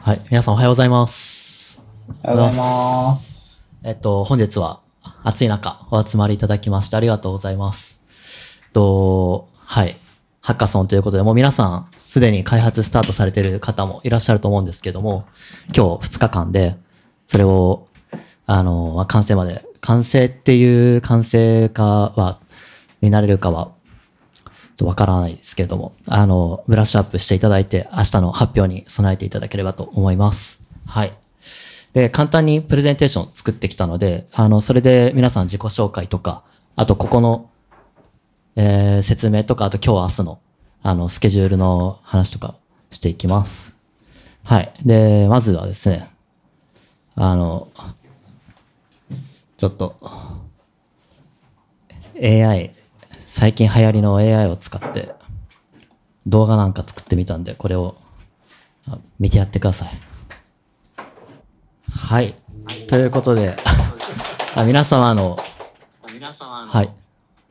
はい、皆さんおはようございます。 おはようございます。 本日は暑い中お集まりいただきましてありがとうございます。はい、ハッカソンということで、もう皆さんすでに開発スタートされている方もいらっしゃると思うんですけども、今日2日間でそれを完成まで、完成っていう完成化はになれるかはわからないですけれども、ブラッシュアップしていただいて、明日の発表に備えていただければと思います。はい。で、簡単にプレゼンテーション作ってきたので、それで皆さん自己紹介とか、あとここの、説明とか、あと今日明日の、スケジュールの話とかしていきます。はい。で、まずはですね、ちょっと、AI、最近流行りの AI を使って動画なんか作ってみたんで、これを見てやってください。はい。ということで、皆様の、はい。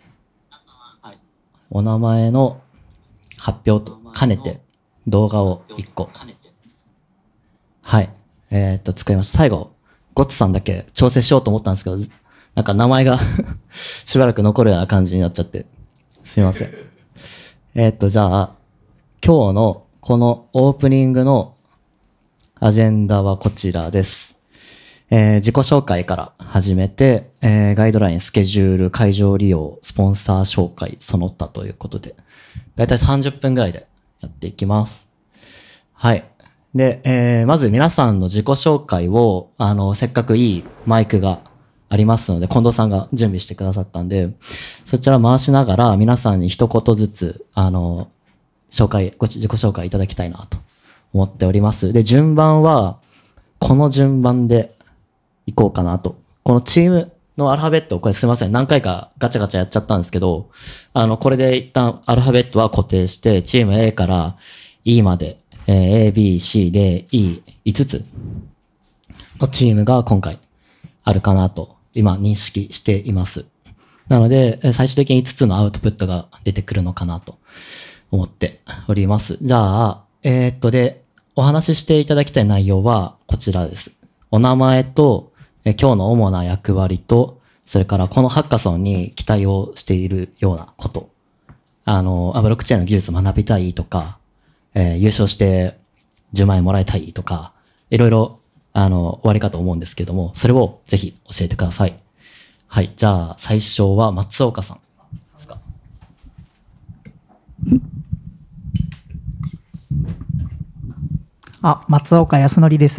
お名前の発表と兼ねて動画を1個。はい。作りました。最後、ゴッツさんだけ調整しようと思ったんですけど、なんか名前がしばらく残るような感じになっちゃって、すいません。じゃあ、今日のこのオープニングのアジェンダはこちらです。自己紹介から始めて、ガイドライン、スケジュール、会場利用、スポンサー紹介、その他ということで、だいたい30分ぐらいでやっていきます。はい。で、まず皆さんの自己紹介を、せっかくいいマイクがありますので、近藤さんが準備してくださったんで、そちら回しながら皆さんに一言ずつ、自己紹介いただきたいなと思っております。で、順番は、この順番でいこうかなと。このチームのアルファベット、これすいません、何回かガチャガチャやっちゃったんですけど、これで一旦アルファベットは固定して、チーム A から E まで、A, B, C, D, E、5つのチームが今回あるかなと、今認識しています。なので、最終的に5つのアウトプットが出てくるのかなと思っております。じゃあ、で、お話ししていただきたい内容はこちらです。お名前と、今日の主な役割と、それからこのハッカソンに期待をしているようなこと。ブロックチェーンの技術を学びたいとか、優勝して10万円もらいたいとか、いろいろ、終わりかと思うんですけども、それをぜひ教えてください。はい。じゃあ、最初は松岡さんですか。 松岡康則です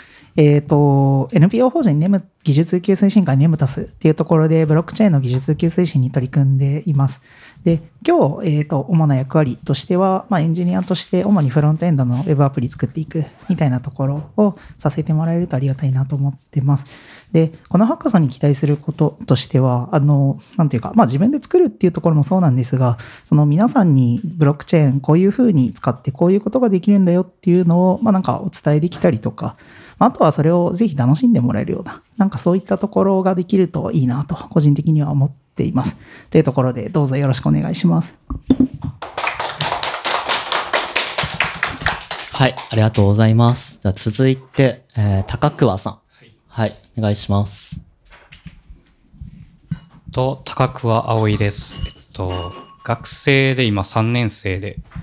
。NPO 法人ネム技術給水進会ネムタスっていうところでブロックチェーンの技術給水進に取り組んでいます。で、今日、主な役割としては、エンジニアとして主にフロントエンドのウェブアプリ作っていくみたいなところをさせてもらえるとありがたいなと思ってます。で、このハッカソンに期待することとしては、なんていうか、自分で作るっていうところもそうなんですが、その皆さんにブロックチェーンこういうふうに使ってこういうことができるんだよっていうのを、なんかお伝えできたりとか、あとはそれをぜひ楽しんでもらえるような、なんかそういったところができるといいなと、個人的には思っています。というところで、どうぞよろしくお願いします。 はい、ありがとうございます。じゃあ続いて、高桑さん。はい、お願いします。 高桑葵です。学生で今3年生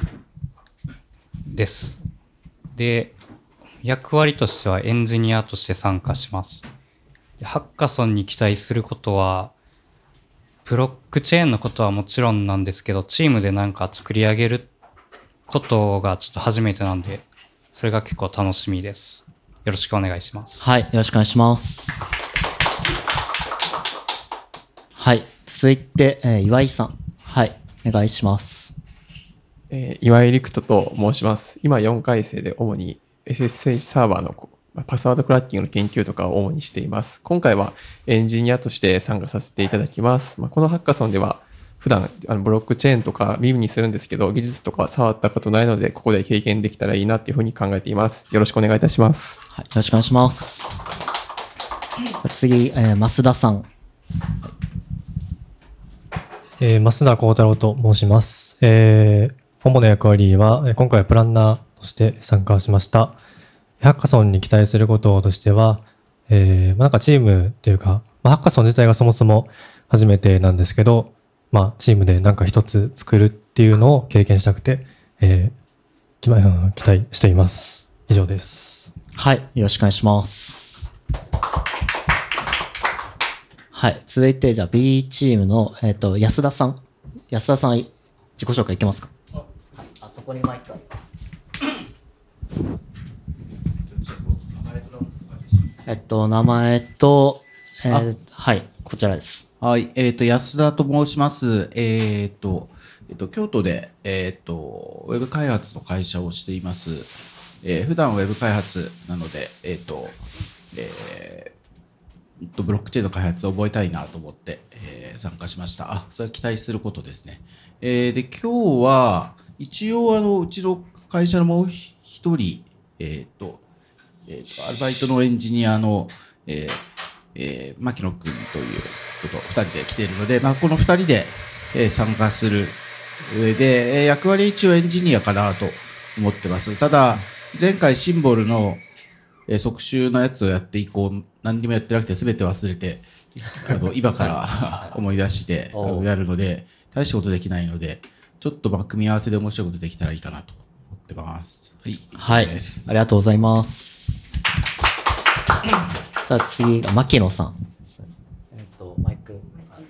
です。で、役割としてはエンジニアとして参加します。ハッカソンに期待することは、ブロックチェーンのことはもちろんなんですけど、チームでなんか作り上げることがちょっと初めてなんで、それが結構楽しみです。よろしくお願いします。 はい、よろしくお願いします。はい、続いて、岩井さん。はい、お願いします。 岩井陸斗と申します。今4回生で主にSSH サーバーのパスワードクラッキングの研究とかを主にしています。今回はエンジニアとして参加させていただきます。このハッカソンでは普段ブロックチェーンとか耳にするんですけど、技術とか触ったことないので、ここで経験できたらいいなっていうふうに考えています。よろしくお願いいたします。 はい、よろしくお願いします。次、増田さん。 増田幸太郎と申します。主な役割は、今回はプランナーとして参加しました。 ハッカソンに期待することとしては、なんかチームっていうか、ハッカソン自体がそもそも初めてなんですけど、チームでなんか一つ作るっていうのを経験したくて、期待しています。以上です。 はい。よろしくお願いします。はい。続いて、じゃあ B チームの、安田さん。安田さん、自己紹介いけますか？あそこにマイクある。名前と、はい、こちらです。 はい、安田と申します。京都で、ウェブ開発の会社をしています。普段はウェブ開発なので、ブロックチェーンの開発を覚えたいなと思って、参加しました。それは期待することですね。で、今日は、一応、うちの会社のもう一人、アルバイトのエンジニアの、牧野君ということ2人で来ているので、この2人で、参加する上で、役割一応エンジニアかなと思ってます。ただ、前回シンボルの、即習のやつをやって以降、何にもやってなくて全て忘れて、今から思い出してやるので、大したことできないので、ちょっと組み合わせで面白いことできたらいいかなと思ってます。はい、 ありがとうございます。さあ次が牧野さん。マイク。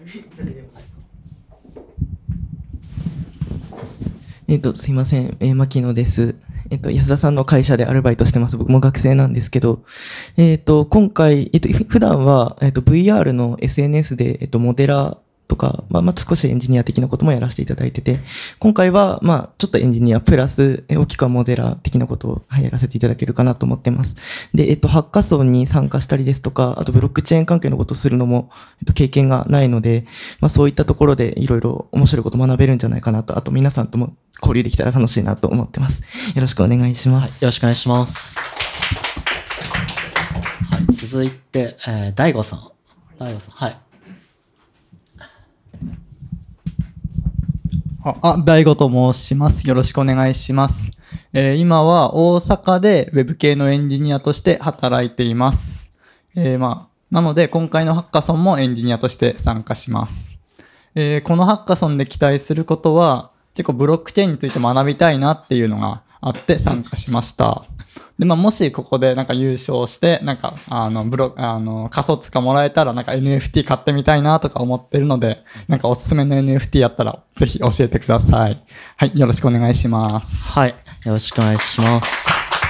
すいません、牧野です。安田さんの会社でアルバイトしてます。僕も学生なんですけど、今回、普段は、VR の SNS で、モデラーとか、少しエンジニア的なこともやらせていただいてて、今回は、ちょっとエンジニアプラス、大きくはモデラー的なことを、やらせていただけるかなと思ってます。で、ハッカソンに参加したりですとか、あとブロックチェーン関係のことをするのも、経験がないので、そういったところでいろいろ面白いことを学べるんじゃないかなと、あと皆さんとも交流できたら楽しいなと思ってます。よろしくお願いします。 よろしくお願いします。はい、続いて、大悟さん。はい。 大悟と申します。よろしくお願いします。今は大阪で Web 系のエンジニアとして働いています。なので今回のハッカソンもエンジニアとして参加します。このハッカソンで期待することは結構ブロックチェーンについて学びたいなっていうのがあって参加しました。で、もしここで優勝して、仮想通貨もらえたらNFT 買ってみたいなとか思ってるので、おすすめの NFT やったらぜひ教えてください。はい、よろしくお願いします。 はい、よろしくお願いします。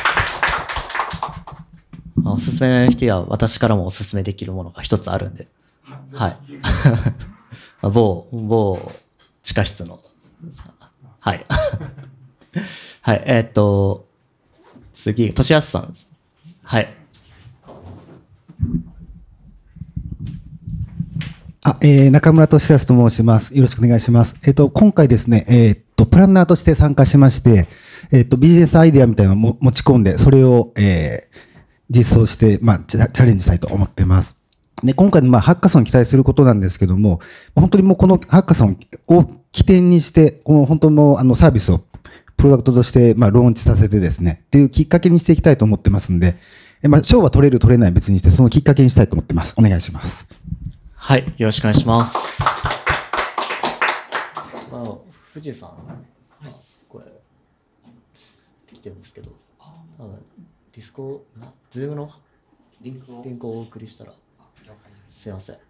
おすすめの NFT は私からもおすすめできるものが一つあるんで。はい。某地下室の。はい。はい、次、としやすさんです。はい。 中村としやすと申します。よろしくお願いします。今回ですね、プランナーとして参加しまして、ビジネスアイデアみたいなのを持ち込んで、それを、実装して、チャレンジしたいと思っています。で、今回のハッカソンに期待することなんですけども、本当にもうこのハッカソンを起点にして、この本当のサービスをプロダクトとしてローンチさせてですね、っていうきっかけにしていきたいと思ってますんで、賞は取れる取れない別にして、そのきっかけにしたいと思ってます。お願いします。 はい、よろしくお願いします。藤井さん、これ、来てるんですけど、ディスコ、ズームのリンクをお送りしたら、すいません。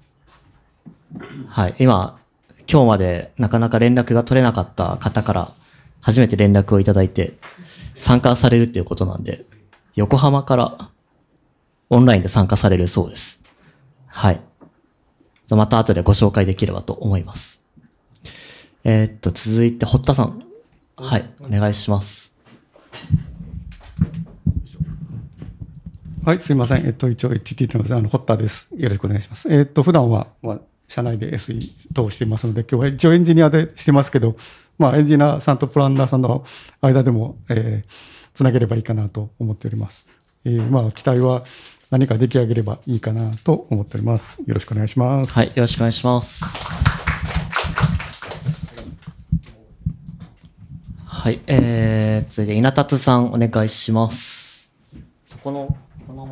はい、今日までなかなか連絡が取れなかった方から初めて連絡をいただいて参加されるっていうことなんで、横浜からオンラインで参加されるそうです。はい。また後でご紹介できればと思います。続いて堀田さん。はい、お願いします。 はい、すいません。一応 HT というのは堀田です。よろしくお願いします。普段は、社内で SE 等をしていますので、今日は一応エンジニアでしてますけど、エンジニアさんとプランナーさんの間でも、つなげればいいかなと思っております。期待は何か出来上げればいいかなと思っております。よろしくお願いします。 はい、よろしくお願いします。はい、続いて稲達さんお願いします。 この前。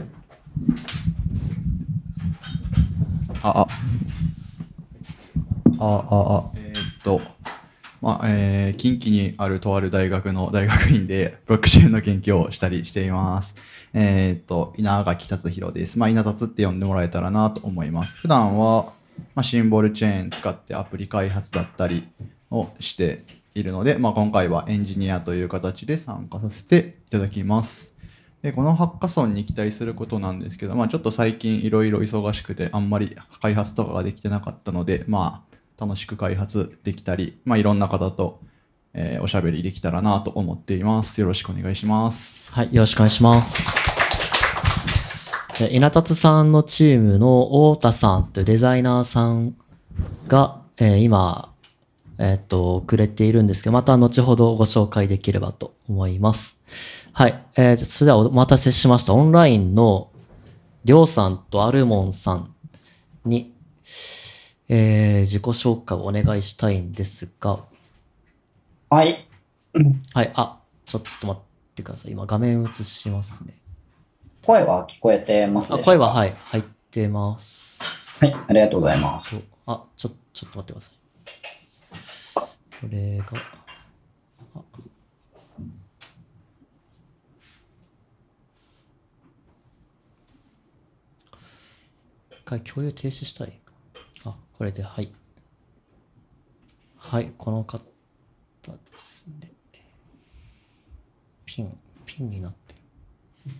近畿にあるとある大学の大学院でブロックチェーンの研究をしたりしています。稲垣達弘です。稲達って呼んでもらえたらなと思います。普段は、シンボルチェーン使ってアプリ開発だったりをしているので、今回はエンジニアという形で参加させていただきます。でこのハッカソンに期待することなんですけど、ちょっと最近いろいろ忙しくてあんまり開発とかができてなかったので、楽しく開発できたり、いろんな方と、おしゃべりできたらなと思っています。よろしくお願いします。 はい、よろしくお願いします。稲達さんのチームの太田さんというデザイナーさんが、今、くれているんですけど、また後ほどご紹介できればと思います。はい。それではお待たせしました。オンラインのりょうさんとアルモンさんに、自己紹介をお願いしたいんですが。 はい。 はい。ちょっと待ってください。今画面映しますね。 声は聞こえてますでしょうか？ 声は、はい、入ってます。 はい、ありがとうございます。 ちょっと待ってください。これが、一回共有停止したらいいか。これで、はい。はい、この方ですね。ピンになってる。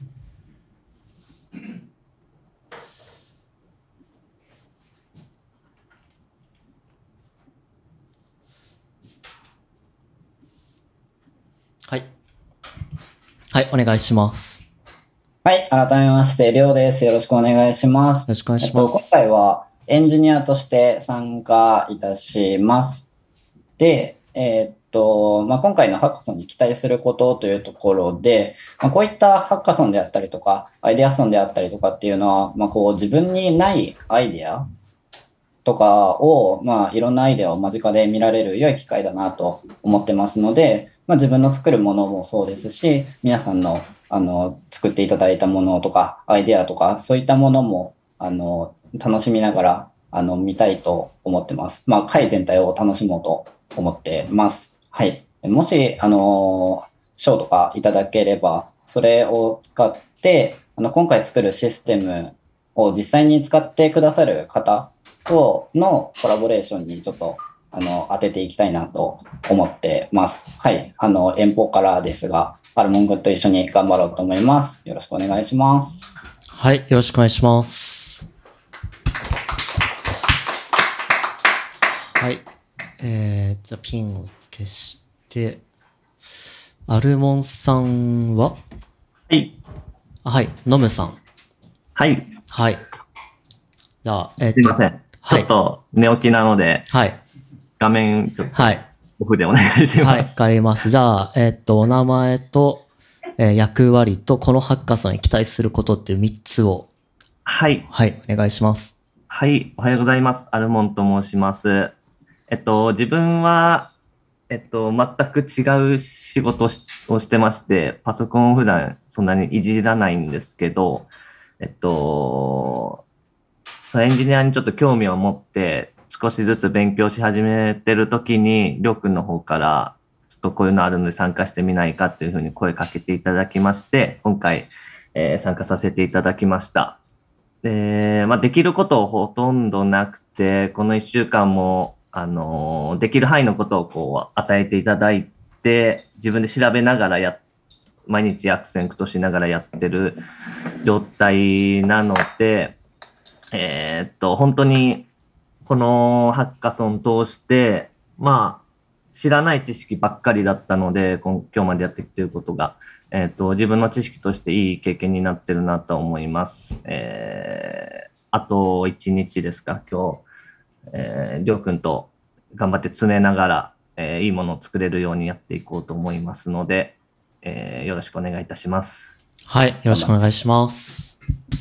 はい。はい、お願いします。 はい、改めまして、りょうです。よろしくお願いします。 よろしくお願いします。 今回はエンジニアとして参加いたします。で、今回のハッカソンに期待することというところで、こういったハッカソンであったりとか、アイデアソンであったりとかっていうのは、自分にないアイデアとかを、いろんなアイデアを間近で見られる良い機会だなと思ってますので、自分の作るものもそうですし、皆さんの作っていただいたものとか、アイデアとか、そういったものも楽しみながら見たいと思ってます。会全体を楽しもうと思ってます。はい。もし、賞とかいただければ、それを使って、今回作るシステムを実際に使ってくださる方とのコラボレーションにちょっと、当てていきたいなと思ってます。はい。遠方からですが、アルモン君と一緒に頑張ろうと思います。よろしくお願いします。 はい。よろしくお願いします。はい。じゃあピンを消して、アルモンさんは？ はい。 はい。ノムさん。 はい。 はい。じゃあ、 すいません。ちょっと寝起きなので、 はい。 画面ちょっと、オフでお願いします。 はい。わかります。じゃあ、お名前と、役割と、このハッカソンに期待することっていう3つを。 はい。 はい。お願いします。 はい。おはようございます。アルモンと申します。自分は、全く違う仕事をしてまして、パソコンを普段そんなにいじらないんですけど、そのエンジニアにちょっと興味を持って、少しずつ勉強し始めてる時に、りょうくんの方から、ちょっとこういうのあるので参加してみないかというふうに声かけていただきまして、今回、参加させていただきました。で、できることほとんどなくて、この1週間も、できる範囲のことをこう与えていただいて、自分で調べながら毎日悪戦苦闘しながらやってる状態なので、本当にこのハッカソン通して、知らない知識ばっかりだったので、今日までやってきていることが、自分の知識としていい経験になってるなと思います。あと1日ですか、今日。りょうくんと頑張って詰めながら、いいものを作れるようにやっていこうと思いますので、よろしくお願いいたします。 はい、よろしくお願いします。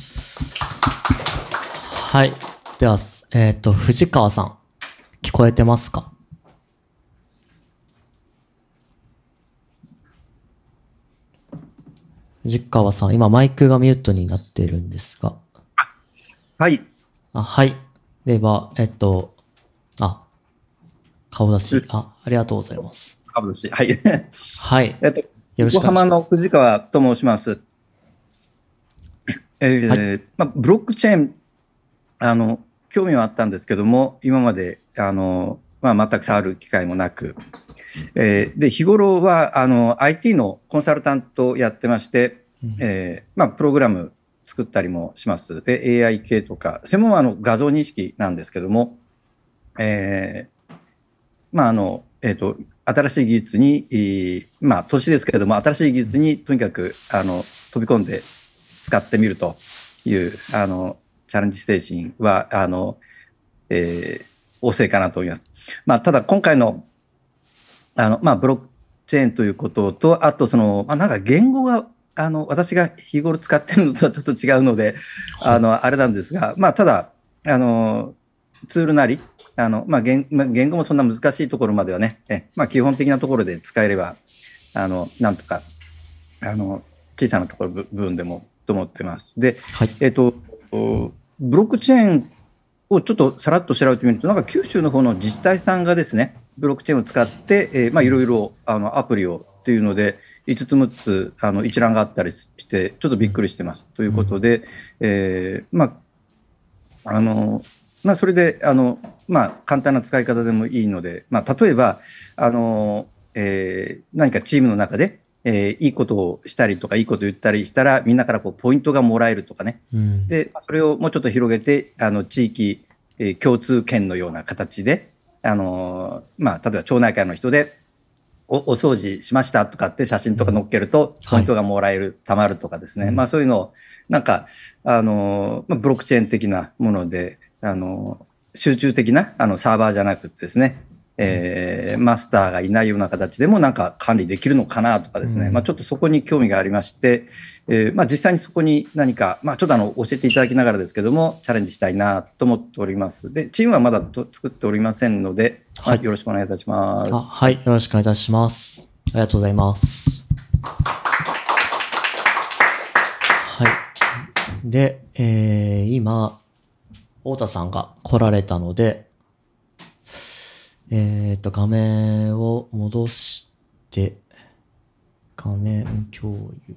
はい。では、藤川さん、聞こえてますか？ 藤川さん、今マイクがミュートになっているんですが。 はい。 はい。では、顔出し、ありがとうございます。 顔出し、はい。 はい。よろしくお願いします。 横浜の藤川と申します。ブロックチェーン、興味はあったんですけども、今まで、全く触る機会もなく、で、日頃は、IT のコンサルタントをやってまして、プログラム作ったりもします。で、AI 系とか、専門は画像認識なんですけども、新しい技術に、年ですけれども、新しい技術にとにかく、飛び込んで使ってみるという、チャレンジ精神は、旺盛かなと思います。ただ今回の、ブロックチェーンということと、あとなんか言語が、私が日頃使ってるのとはちょっと違うので、あれなんですが、ただ、ツールなり、言語もそんな難しいところまではね、基本的なところで使えれば、なんとか、小さなところ部分でもと思ってます。で、はい、ブロックチェーンをちょっとさらっと調べてみると、なんか九州の方の自治体さんがですね、ブロックチェーンを使って、いろいろアプリをっていうので、5つ6つ一覧があったりして、ちょっとびっくりしてます。ということで、それで簡単な使い方でもいいので、例えば何かチームの中で、いいことをしたりとかいいことを言ったりしたらみんなからポイントがもらえるとかね、でそれをもうちょっと広げて地域、共通券のような形で例えば町内会の人でお掃除しましたとかって写真とか載っけるとポイントがもらえる、たまるとかですね、そういうのをなんかブロックチェーン的なもので集中的なサーバーじゃなくてですね、マスターがいないような形でもなんか管理できるのかなとかですね、ちょっとそこに興味がありまして、実際にそこに何か、ちょっと教えていただきながらですけどもチャレンジしたいなと思っております。で、チームはまだ作っておりませんので、よろしくお願いいたします。 はい、よろしくお願いいたします。ありがとうございます。はい。で、今太田さんが来られたので、画面を戻して、画面共有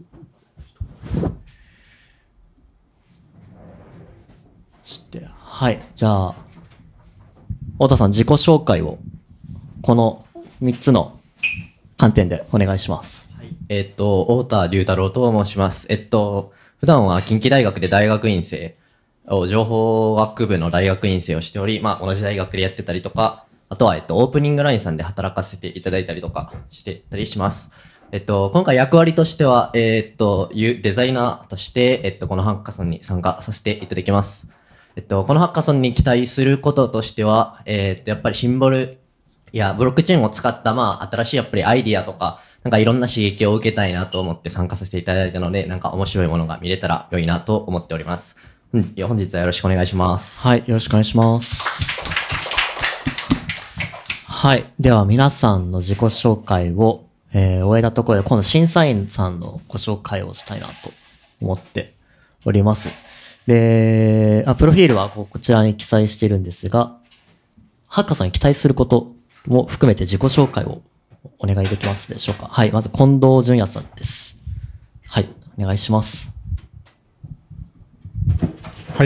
して、はい、じゃあ、太田さん自己紹介を、この3つの観点でお願いします。 はい、太田龍太郎と申します。普段は近畿大学で大学院生を情報学部の大学院生をしており、同じ大学でやってたりとか、あとは、オープニングラインさんで働かせていただいたりとかしてたりします。今回役割としては、デザイナーとして、このハッカソンに参加させていただきます。このハッカソンに期待することとしては、やっぱりシンボルやブロックチェーンを使った、新しいやっぱりアイディアとか、なんかいろんな刺激を受けたいなと思って参加させていただいたので、なんか面白いものが見れたら良いなと思っております。本日はよろしくお願いします。 はい、よろしくお願いします。はい。では皆さんの自己紹介を、終えたところで、今度審査員さんのご紹介をしたいなと思っております。で、プロフィールはこちらに記載しているんですが、ハッカソンに期待することも含めて自己紹介をお願いできますでしょうか。はい。まず近藤淳也さんです。はい。お願いします。 はい。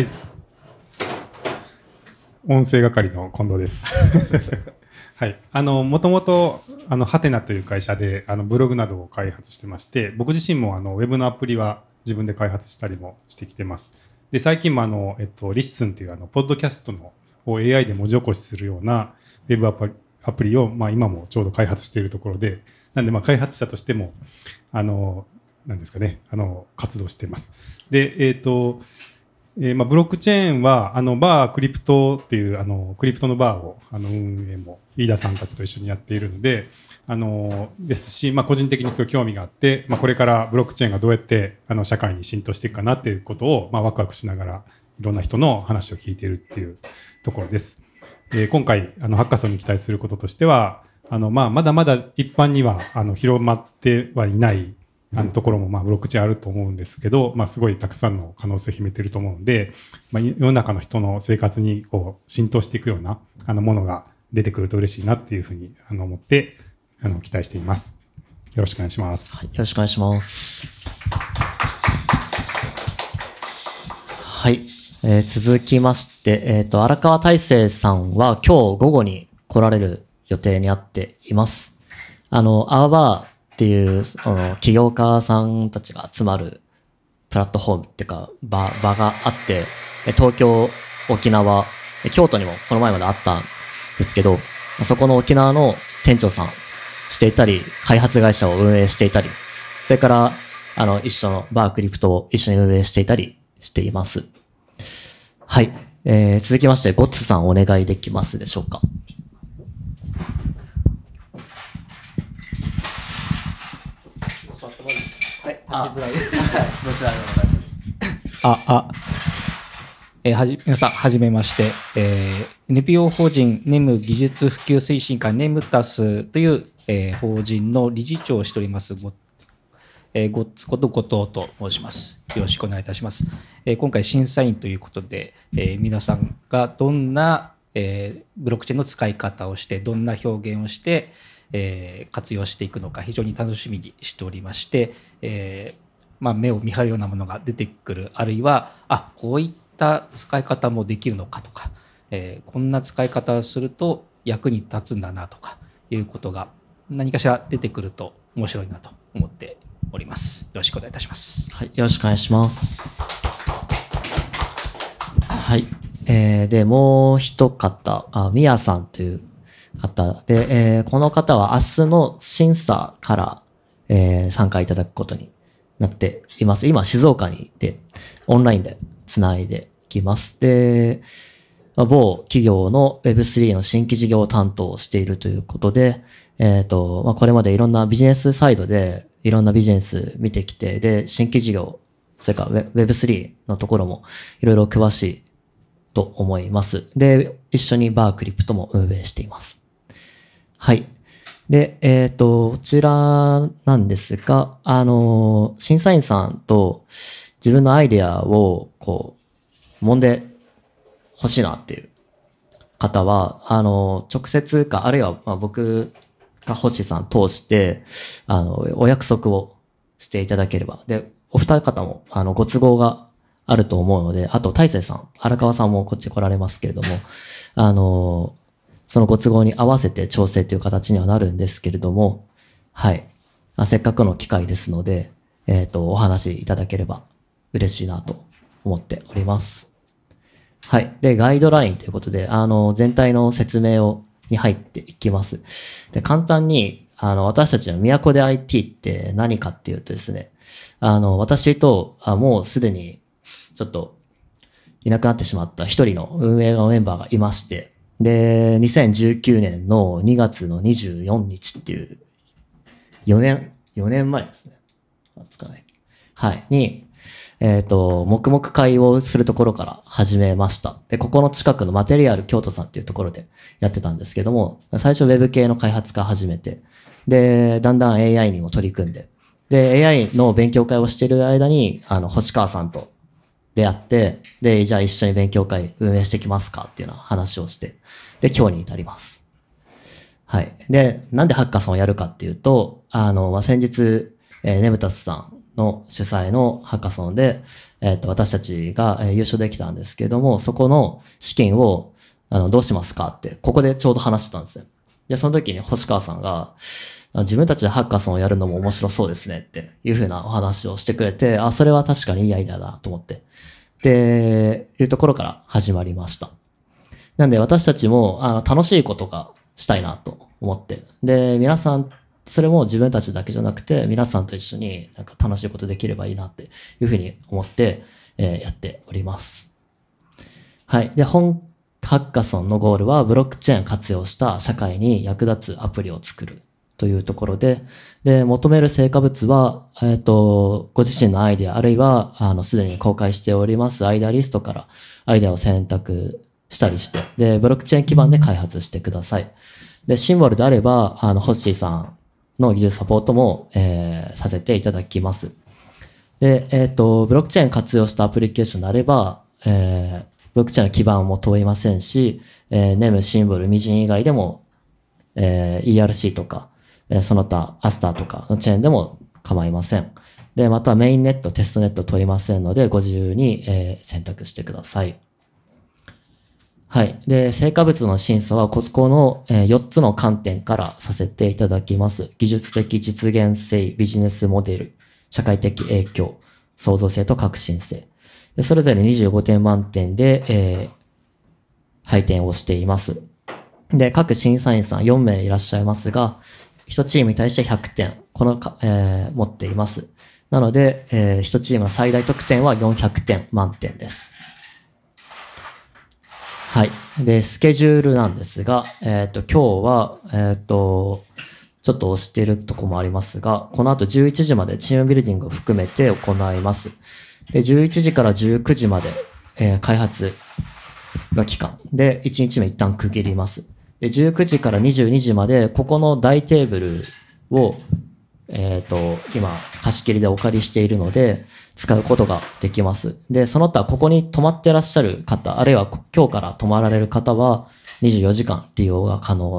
音声係の近藤です。はい。もともと、ハテナという会社で、ブログなどを開発してまして、僕自身も、ウェブのアプリは自分で開発したりもしてきてます。で、最近も、リッスンという、ポッドキャストのを AI で文字起こしするようなウェブアプリを、今もちょうど開発しているところで、なんで、開発者としても、なんですかね、活動しています。で、ブロックチェーンはバークリプトっていうクリプトのバーを運営も飯田さんたちと一緒にやっているのでですし、個人的にすごい興味があって、これからブロックチェーンがどうやって社会に浸透していくかなっていうことをワクワクしながらいろんな人の話を聞いているっていうところです。今回ハッカソンに期待することとしてはまだまだ一般には広まってはいないところもブロックチェーンあると思うんですけど、すごいたくさんの可能性を秘めていると思うんで、世の中の人の生活にこう浸透していくようなものが出てくると嬉しいなっていうふうに思って期待しています。よろしくお願いします。 はい、よろしくお願いします。はい、続きまして、荒川大成さんは今日午後に来られる予定になっています。アーバーっていう起業家さんたちが集まるプラットフォームっていうか場があって、東京、沖縄、京都にもこの前まであったんですけど、そこの沖縄の店長さんしていたり、開発会社を運営していたり、それから一緒のバークリプトを一緒に運営していたりしています。はい、続きましてゴッツさんお願いできますでしょうか。 立ちづらいです。どちらでも大丈夫です。皆さん、はじめまして。NPO 法人ネム技術普及推進会ネムタスという、法人の理事長をしておりますゴッツこと後藤と申します。よろしくお願いいたします。今回審査員ということで、皆さんがどんな、ブロックチェーンの使い方をして、どんな表現をして、活用していくのか非常に楽しみにしておりまして、目を見張るようなものが出てくる、あるいはこういった使い方もできるのかとか、こんな使い方をすると役に立つんだなとかいうことが何かしら出てくると面白いなと思っております。よろしくお願いいたします。 はい、よろしくお願いします。はい、でもう一方、ミヤさんという方で、この方は明日の審査から、参加いただくことになっています。今静岡にいてオンラインでつないでいきます。で、某企業の Web3 の新規事業を担当しているということで、これまでいろんなビジネスサイドでいろんなビジネス見てきて、で、新規事業、それから Web3 のところもいろいろ詳しいと思います。で、一緒にバークリプトも運営しています。はい。で、こちらなんですが、審査員さんと自分のアイデアをこう、揉んで欲しいなっていう方は、直接か、あるいは僕が星さん通して、お約束をしていただければ。で、お二方も、ご都合があると思うので、あと、大成さん、荒川さんもこっち来られますけれども、そのご都合に合わせて調整という形にはなるんですけれども、はい。せっかくの機会ですので、お話しいただければ嬉しいなと思っております。はい。で、ガイドラインということで、全体の説明に入っていきます。で、簡単に、私たちの都で IT って何かっていうとですね、私と、もうすでに、ちょっと、いなくなってしまった一人の運営のメンバーがいまして、で、2019年の2月の24日っていう、4年前ですね。つかない。はい。に、黙々会をするところから始めました。で、ここの近くのマテリアル京都さんっていうところでやってたんですけども、最初 Web 系の開発から始めて、で、だんだん AI にも取り組んで、で、AI の勉強会をしている間に、星川さんと出会って、で、じゃあ一緒に勉強会運営していきますかっていうような話をして、で、今日に至ります。はい。で、なんでハッカソンをやるかっていうと、先日、ネムタスさんの主催のハッカソンで、私たちが優勝できたんですけども、そこの資金を、どうしますかって、ここでちょうど話してたんですよ。で、その時に星川さんが、自分たちでハッカソンをやるのも面白そうですねっていう風なお話をしてくれて、それは確かにいいアイデアだと思って。で、いうところから始まりました。なんで私たちも、楽しいことがしたいなと思って。で、皆さん、それも自分たちだけじゃなくて、皆さんと一緒になんか楽しいことできればいいなっていうふうに思って、やっております。はい。で、本ハッカソンのゴールは、ブロックチェーンを活用した社会に役立つアプリを作るというところで、で、求める成果物は、ご自身のアイデア、あるいは、すでに公開しておりますアイデアリストからアイデアを選択したりして、で、ブロックチェーン基盤で開発してください。で、シンボルであれば、ホッシーさんの技術サポートも、させていただきます。で、ブロックチェーン活用したアプリケーションであれば、ブロックチェーンの基盤も問いませんし、NEM、シンボル、ミジン以外でも、ERC とか、その他、アスターとかのチェーンでも構いません。で、またメインネット、テストネット問いませんので、ご自由に、選択してください。はい。で、成果物の審査は、ここの、4つの観点からさせていただきます。技術的実現性、ビジネスモデル、社会的影響、創造性と革新性。でそれぞれ25点満点で、配点をしています。で、各審査員さん4名いらっしゃいますが、1チームに対して100点、持っています。なので、1チームの最大得点は400点満点です。はい。で、スケジュールなんですが、今日は、ちょっと押しているところもありますが、この後11時までチームビルディングを含めて行います。で、11時から19時まで、開発の期間で1日目一旦区切ります。で、19時から22時まで、ここの大テーブルを、今、貸し切りでお借りしているので、使うことができます。で、その他、ここに泊まってらっしゃる方、あるいは今日から泊まられる方は、24時間利用が可能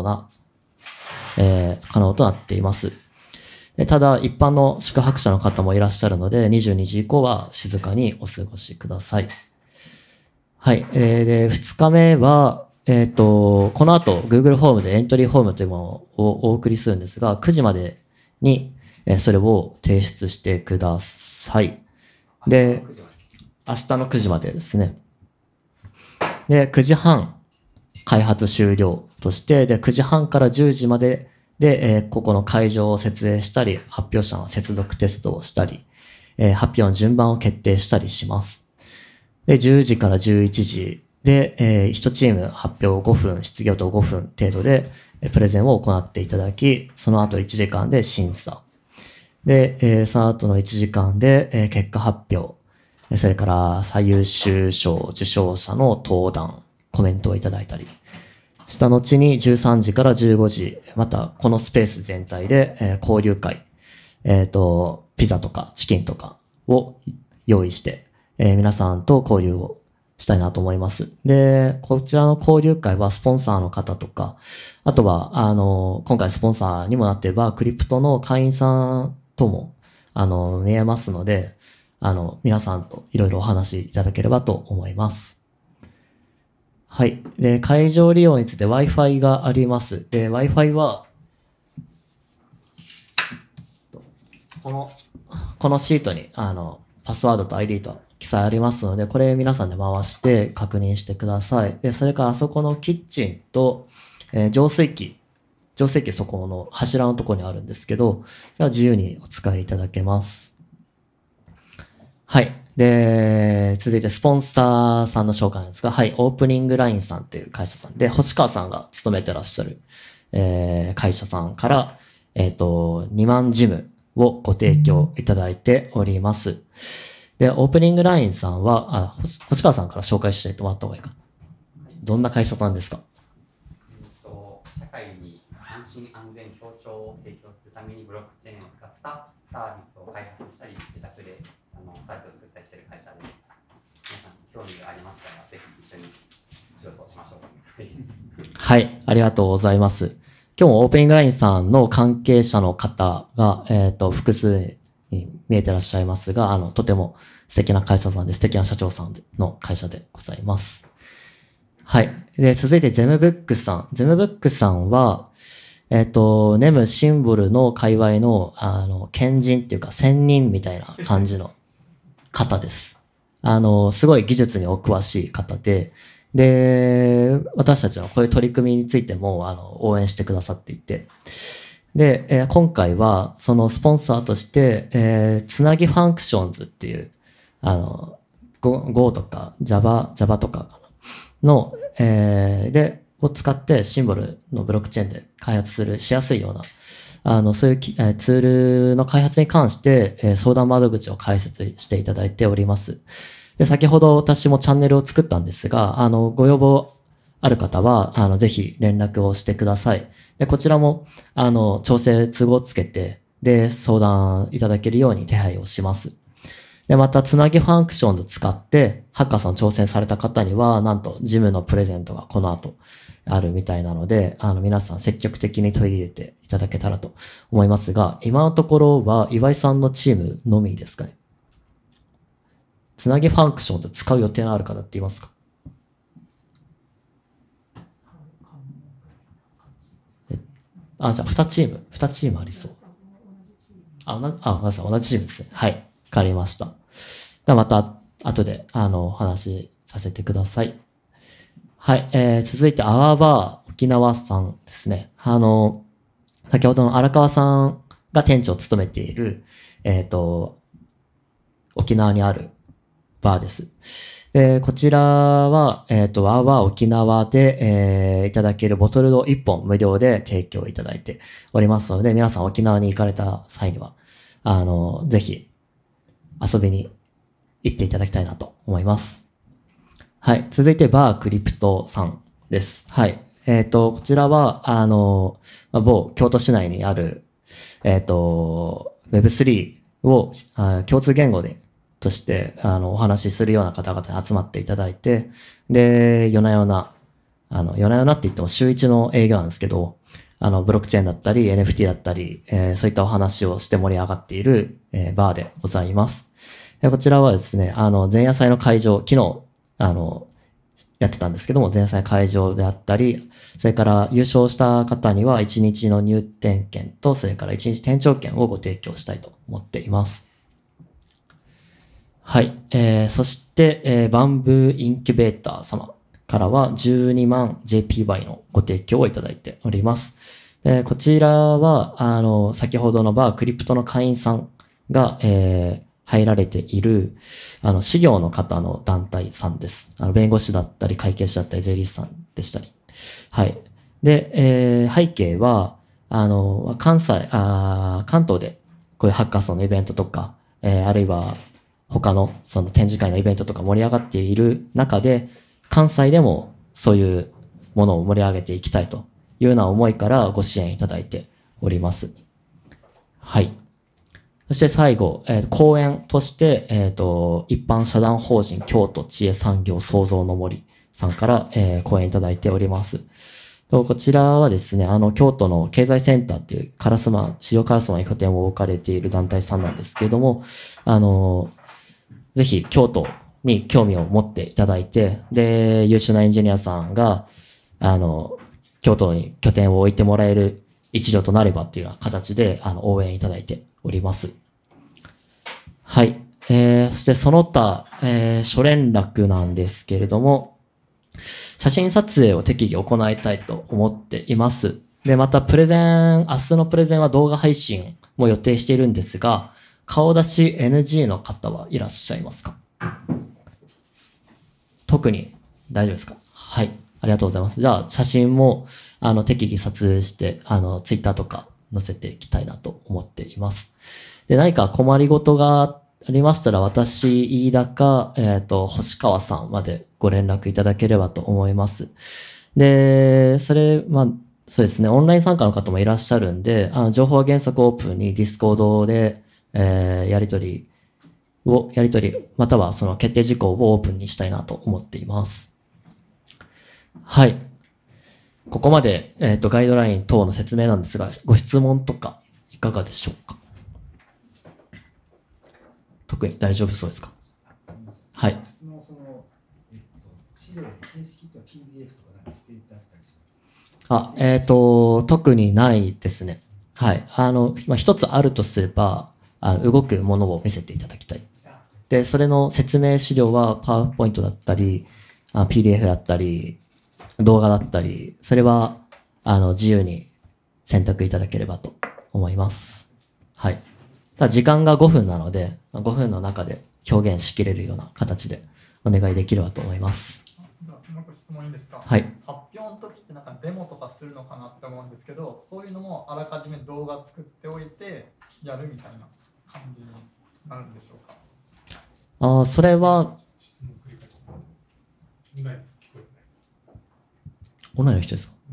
となっています。でただ、一般の宿泊者の方もいらっしゃるので、22時以降は静かにお過ごしください。はい。で、2日目は、この後、Google フォームでエントリーフォームというものをお送りするんですが、9時までに、それを提出してください。で、明日の9時までですね。で、9時半、開発終了として、で、9時半から10時までで、ここの会場を設営したり、発表者の接続テストをしたり、発表の順番を決定したりします。で、10時から11時で、1チーム発表5分、質疑応答5分程度で、プレゼンを行っていただき、その後1時間で審査。で、その後の1時間で、結果発表。それから最優秀賞受賞者の登壇、コメントをいただいたり。した後に13時から15時、またこのスペース全体で、交流会、ピザとかチキンとかを用意して、皆さんと交流をしたいなと思います。で、こちらの交流会はスポンサーの方とか、あとは、今回スポンサーにもなっていれば、クリプトの会員さんとも、見えますので、皆さんといろいろお話しいただければと思います。はい。で、会場利用について Wi-Fi があります。で、Wi-Fi は、このシートに、パスワードと ID と記載ありますので、これ皆さんで回して確認してください。で、それからあそこのキッチンと、浄水器そこの柱のところにあるんですけど、それは自由にお使いいただけます。はい。で、続いてスポンサーさんの紹介なんですが、はい、オープニングラインさんという会社さんで、星川さんが勤めてらっしゃる、会社さんから、2万ジムをご提供いただいております。で、オープニングラインさんは、星川さんから紹介してもらった方がいいか。どんな会社さんですか？ 社会に安心安全協調を提供するためにブロックチェーンを使ったサービスを開発したり、自宅でサイトを作ったりしている会社で、皆さん興味がありましたら、ぜひ一緒に仕事をしましょう。 はい、ありがとうございます。今日もオープニングラインさんの関係者の方が、複数に見えてらっしゃいますが、とても素敵な会社さんで、素敵な社長さんの会社でございます。はい。で、続いてゼムブックさん。ゼムブックさんは、ネムシンボルの界隈の、賢人っていうか、仙人みたいな感じの方です。すごい技術にお詳しい方で、で、私たちのこういう取り組みについても、応援してくださっていて、で、今回は、そのスポンサーとして、つなぎファンクションズっていう、Go とか Java とかかなの、を使ってシンボルのブロックチェーンで開発しやすいような、そういうツールの開発に関して、相談窓口を開設していただいております。で、先ほど私もチャンネルを作ったんですが、ご要望ある方は、ぜひ連絡をしてください。で、こちらも、調整都合つけて、で、相談いただけるように手配をします。で、また、つなぎファンクションを使って、ハッカソン挑戦された方には、なんと、ジムのプレゼントがこの後、あるみたいなので、皆さん積極的に取り入れていただけたらと思いますが、今のところは、岩井さんのチームのみですかね。つなぎファンクションと使う予定のある方っていますか？じゃあ2チームありそう。同じチームですね。はい。わかりました。ではまた、後で、お話しさせてください。はい。続いて、アワーバー沖縄さんですね。先ほどの荒川さんが店長を務めている、沖縄にあるバーです。こちらは、ワーワー沖縄で、いただけるボトルを1本無料で提供いただいておりますので、皆さん沖縄に行かれた際には、ぜひ遊びに行っていただきたいなと思います。はい。続いて、バークリプトさんです。はい。こちらは、某京都市内にある、Web3 を共通言語として、お話しするような方々に集まっていただいて、で、夜な夜なって言っても週1の営業なんですけど、ブロックチェーンだったり、NFT だったり、そういったお話をして盛り上がっている、バーでございます。こちらはですね、前夜祭の会場、昨日、やってたんですけども、前夜祭会場であったり、それから優勝した方には1日の入店券と、それから1日店長券をご提供したいと思っています。はい。そして、バンブーインキュベーター様からは12万 JPY のご提供をいただいております。こちらは、先ほどのバークリプトの会員さんが、入られている、事業の方の団体さんです。弁護士だったり、会計士だったり、税理士さんでしたり。はい。で、背景は、関東でこういうハッカソンのイベントとか、あるいは、他のその展示会のイベントとか盛り上がっている中で、関西でもそういうものを盛り上げていきたいというような思いからご支援いただいております。はい。そして最後、講演として、一般社団法人京都知恵産業創造の森さんから、講演いただいております。こちらはですね、京都の経済センターっていう市場烏丸に拠点を置かれている団体さんなんですけれども、ぜひ京都に興味を持っていただいて、で、優秀なエンジニアさんが、京都に拠点を置いてもらえる一助となればっていうような形で、応援いただいております。はい。そしてその他、諸連絡なんですけれども、写真撮影を適宜行いたいと思っています。で、また明日のプレゼンは動画配信も予定しているんですが、顔出し NG の方はいらっしゃいますか？特に大丈夫ですか？はい。ありがとうございます。じゃあ、写真も、適宜撮影して、ツイッターとか載せていきたいなと思っています。で、何か困りごとがありましたら、私、飯田か、星川さんまでご連絡いただければと思います。で、そうですね、オンライン参加の方もいらっしゃるんで、情報は原則オープンにディスコードで、やり取り、またはその決定事項をオープンにしたいなと思っています。はい。ここまで、ガイドライン等の説明なんですが、ご質問とかいかがでしょうか？特に大丈夫そうですか？はい。特にないですね。はい。一つあるとすれば、動くものを見せていただきたい。で、それの説明資料は、パワーポイントだったり、PDF だったり、動画だったり、それは、自由に選択いただければと思います。はい。ただ時間が5分なので、5分の中で表現しきれるような形でお願いできればと思います。 もう一個質問いいですか？ はい。 発表の時ってなんかデモとかするのかなって思うんですけど、そういうのもあらかじめ動画作っておいてやるみたいな感じになるんでしょうか？ それは、 オンラインの人ですか？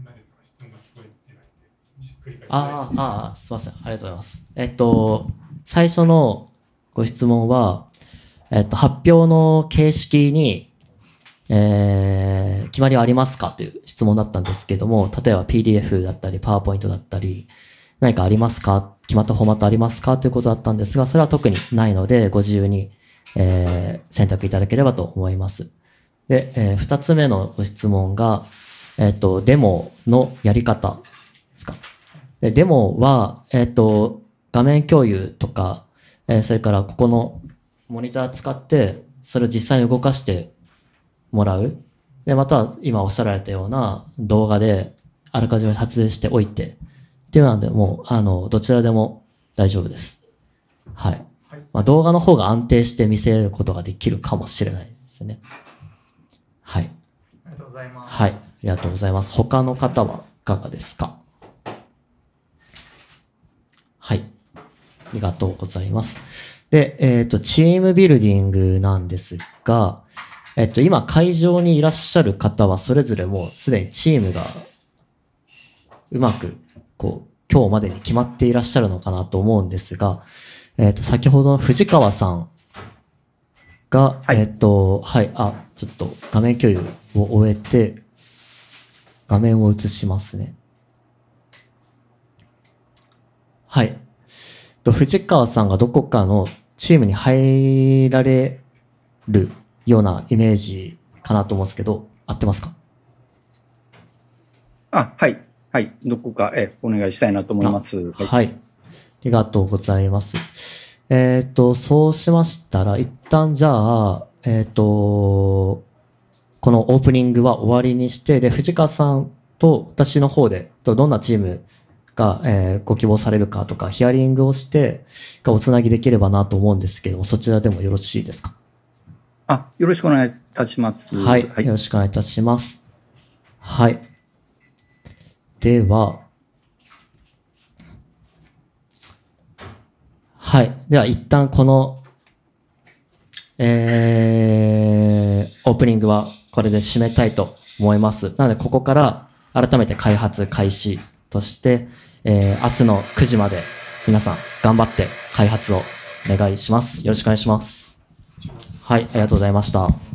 すいません。ありがとうございます。最初のご質問は、発表の形式に、決まりはありますかという質問だったんですけども、例えば PDF だったり、PowerPoint だったり、何かありますか？決まったフォーマットありますかということだったんですが、それは特にないので、ご自由に、選択いただければと思います。で、二つ目のご質問が、デモのやり方ですか。でデモは、画面共有とか、それからここのモニター使って、それを実際に動かしてもらう。で、または今おっしゃられたような動画であらかじめ撮影しておいて、っていうので、もう、どちらでも大丈夫です。はい。まあ、動画の方が安定して見せることができるかもしれないですね。はい。 ありがとうございます。 はい。ありがとうございます。他の方はいかがですか？はい。ありがとうございます。で、チームビルディングなんですが、今会場にいらっしゃる方はそれぞれもうすでにチームがうまくこう今日までに決まっていらっしゃるのかなと思うんですが、先ほどの藤川さんが、はい、ちょっと画面共有を終えて画面を映しますね。はい。藤川さんがどこかのチームに入られるようなイメージかなと思うんですけど、合ってますか？ はい。はい。どこか、お願いしたいなと思います。 はい。ありがとうございます。そうしましたら、一旦じゃあ、このオープニングは終わりにして、で、藤川さんと私の方で、どんなチームが、ご希望されるかとか、ヒアリングをして、おつなぎできればなと思うんですけども、そちらでもよろしいですか？ よろしくお願いいたします。 はい。よろしくお願いいたします。はい。では、はい。では、一旦この、オープニングはこれで締めたいと思います。なので、ここから改めて開発開始として、明日の9時まで皆さん頑張って開発をお願いします。よろしくお願いします。はい。ありがとうございました。